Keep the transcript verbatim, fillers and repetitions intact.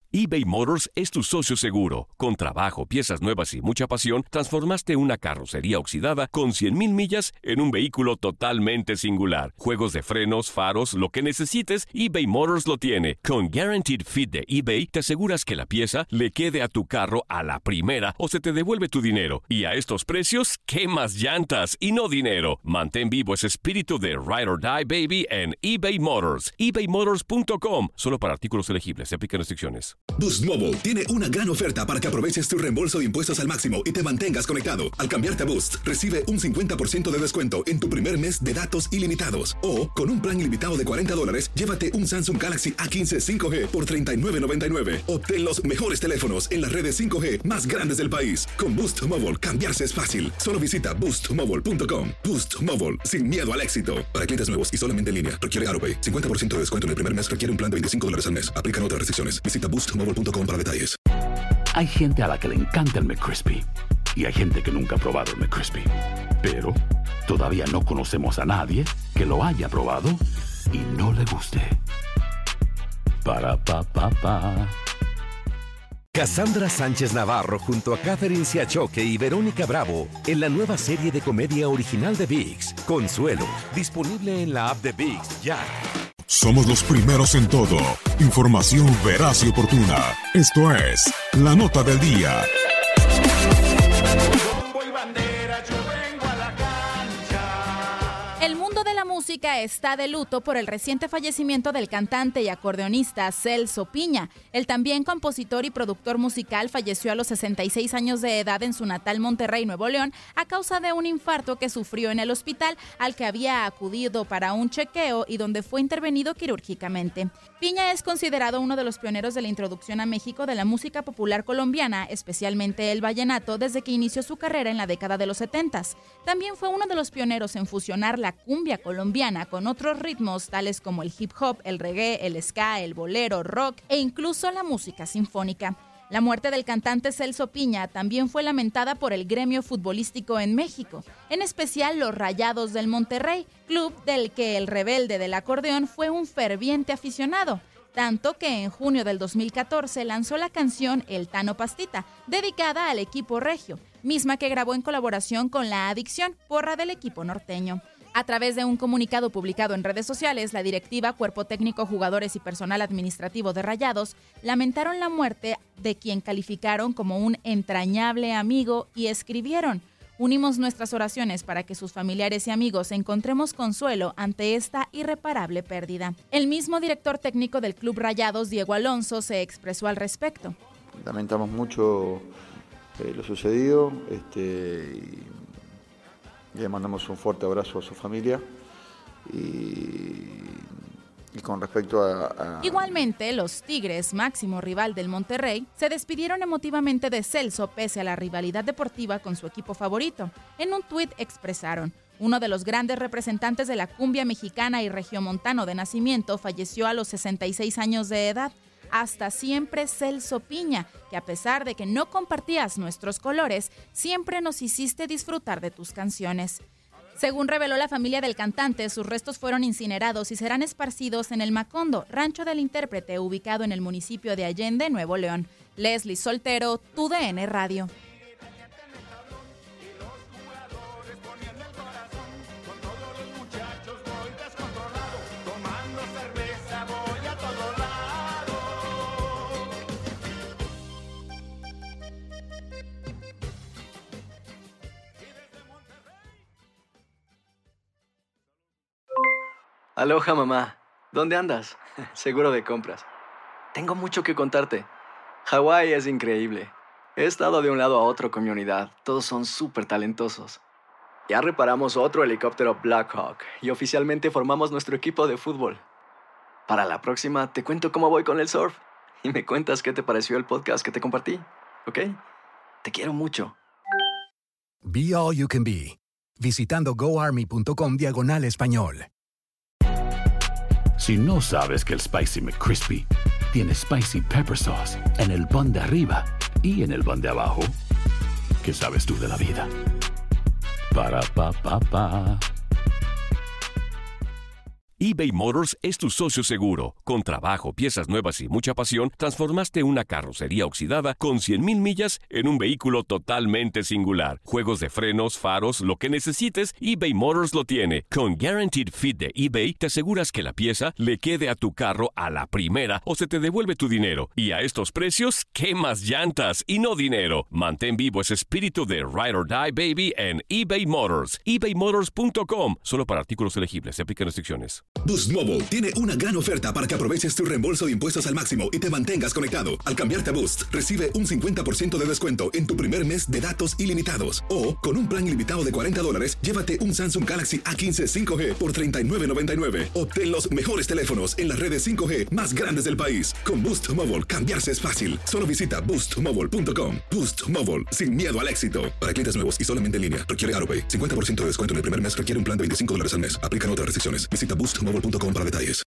eBay Motors es tu socio seguro. Con trabajo, piezas nuevas y mucha pasión, transformaste una carrocería oxidada con cien mil millas en un vehículo totalmente singular. Juegos de frenos, faros, lo que necesites, eBay Motors lo tiene. Con Guaranteed Fit de eBay, te aseguras que la pieza le quede a tu carro a la primera o se te devuelve tu dinero. Y a estos precios, ¿qué más llantas y no dinero? Mantén vivo ese espíritu de Ride or Die, baby, en eBay Motors. ebay motors punto com. Solo para artículos elegibles. Se aplican restricciones. Boost Mobile tiene una gran oferta para que aproveches tu reembolso de impuestos al máximo y te mantengas conectado. Al cambiarte a Boost, recibe un cincuenta por ciento de descuento en tu primer mes de datos ilimitados. O, con un plan ilimitado de cuarenta dólares, llévate un Samsung Galaxy A quince cinco G por treinta y nueve noventa y nueve. Obtén los mejores teléfonos en las redes cinco G más grandes del país. Con Boost Mobile, cambiarse es fácil. Solo visita boost mobile punto com. Boost Mobile, sin miedo al éxito. Para clientes nuevos y solamente en línea, requiere AutoPay. cincuenta por ciento de descuento en el primer mes requiere un plan de veinticinco dólares al mes. Aplican otras restricciones. Visita boost mobile punto com para detalles. Hay gente a la que le encanta el McCrispy y hay gente que nunca ha probado el McCrispy. Pero todavía no conocemos a nadie que lo haya probado y no le guste. Para pa pa pa. Cassandra Sánchez Navarro junto a Catherine Siachoque y Verónica Bravo en la nueva serie de comedia original de ViX, Consuelo, disponible en la app de ViX ya. Somos los primeros en todo. Información veraz y oportuna. Esto es La Nota del Día. El mundo de la música está de luto por el reciente fallecimiento del cantante y acordeonista Celso Piña. El también compositor y productor musical falleció a los sesenta y seis años de edad en su natal Monterrey, Nuevo León, a causa de un infarto que sufrió en el hospital al que había acudido para un chequeo y donde fue intervenido quirúrgicamente. Piña es considerado uno de los pioneros de la introducción a México de la música popular colombiana, especialmente el vallenato, desde que inició su carrera en la década de los setentas. También fue uno de los pioneros en fusionar la cumbia colombiana con otros ritmos tales como el hip hop, el reggae, el ska, el bolero, rock e incluso la música sinfónica. La muerte del cantante Celso Piña también fue lamentada por el gremio futbolístico en México, en especial los Rayados del Monterrey, club del que el rebelde del acordeón fue un ferviente aficionado, tanto que en junio del dos mil catorce lanzó la canción El Tano Pastita, dedicada al equipo regio, misma que grabó en colaboración con La Adicción, porra del equipo norteño. A través de un comunicado publicado en redes sociales, la directiva, cuerpo técnico, jugadores y personal administrativo de Rayados lamentaron la muerte de quien calificaron como un entrañable amigo y escribieron: unimos nuestras oraciones para que sus familiares y amigos encontremos consuelo ante esta irreparable pérdida. El mismo director técnico del Club Rayados, Diego Alonso, se expresó al respecto. Lamentamos mucho eh, lo sucedido este, y le mandamos un fuerte abrazo a su familia y, y con respecto a, a... Igualmente, los Tigres, máximo rival del Monterrey, se despidieron emotivamente de Celso pese a la rivalidad deportiva con su equipo favorito. En un tuit expresaron: uno de los grandes representantes de la cumbia mexicana y regiomontano de nacimiento falleció a los sesenta y seis años de edad. Hasta siempre, Celso Piña, que a pesar de que no compartías nuestros colores, siempre nos hiciste disfrutar de tus canciones. Según reveló la familia del cantante, sus restos fueron incinerados y serán esparcidos en el Macondo, rancho del intérprete ubicado en el municipio de Allende, Nuevo León. Leslie Soltero, Tu D N Radio. Aloha, mamá. ¿Dónde andas? Seguro de compras. Tengo mucho que contarte. Hawái es increíble. He estado de un lado a otro con mi unidad. Todos son súper talentosos. Ya reparamos otro helicóptero Blackhawk y oficialmente formamos nuestro equipo de fútbol. Para la próxima te cuento cómo voy con el surf y me cuentas qué te pareció el podcast que te compartí, ¿ok? Te quiero mucho. Be All You Can Be. Visitando goarmy.com diagonal español. Si no sabes que el Spicy McCrispy tiene Spicy Pepper Sauce en el pan de arriba y en el pan de abajo, ¿qué sabes tú de la vida? Para, pa, pa, pa. eBay Motors es tu socio seguro. Con trabajo, piezas nuevas y mucha pasión, transformaste una carrocería oxidada con cien mil millas en un vehículo totalmente singular. Juegos de frenos, faros, lo que necesites, eBay Motors lo tiene. Con Guaranteed Fit de eBay, te aseguras que la pieza le quede a tu carro a la primera o se te devuelve tu dinero. Y a estos precios, ¿qué más llantas y no dinero? Mantén vivo ese espíritu de Ride or Die, baby, en eBay Motors. ebay motors punto com. Solo para artículos elegibles. Se aplican restricciones. Boost Mobile tiene una gran oferta para que aproveches tu reembolso de impuestos al máximo y te mantengas conectado. Al cambiarte a Boost, recibe un cincuenta por ciento de descuento en tu primer mes de datos ilimitados. O, con un plan ilimitado de cuarenta dólares, llévate un Samsung Galaxy A quince cinco G por treinta y nueve noventa y nueve. Obtén los mejores teléfonos en las redes cinco G más grandes del país. Con Boost Mobile, cambiarse es fácil. Solo visita boost mobile punto com. Boost Mobile, sin miedo al éxito. Para clientes nuevos y solamente en línea, requiere AutoPay. cincuenta por ciento de descuento en el primer mes requiere un plan de veinticinco dólares al mes. Aplican otras restricciones. Visita boost mobile punto com para detalles.